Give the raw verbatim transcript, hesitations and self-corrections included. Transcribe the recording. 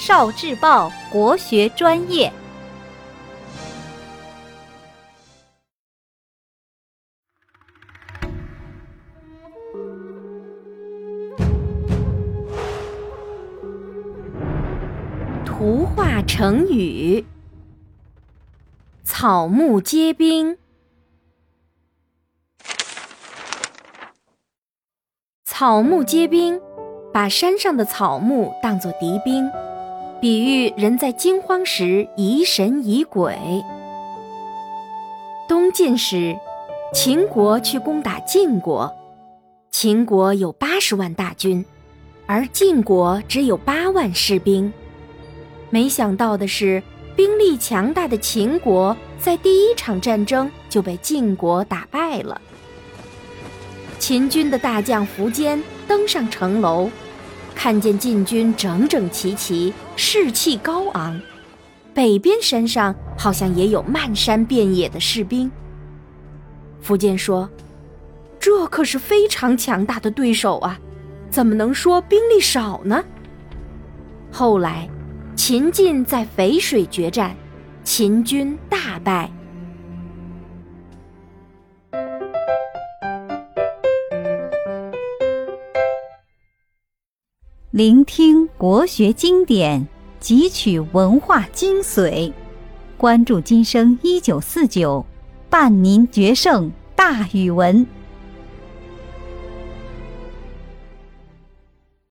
少智报国学专业。图画成语：草木皆兵。草木皆兵，把山上的草木当作敌兵，比喻人在惊慌时疑神疑鬼。东晋时，秦国去攻打晋国，秦国有八十万大军，而晋国只有八万士兵。没想到的是，兵力强大的秦国在第一场战争就被晋国打败了。秦军的大将苻坚登上城楼，看见晋军整整齐齐，士气高昂，北边山上好像也有漫山遍野的士兵。苻坚说：“这可是非常强大的对手啊，怎么能说兵力少呢？”后来秦晋在淝水决战，秦军大败。 聆听国学经典，汲取文化精髓，关注今生一九四九，伴您决胜大语文。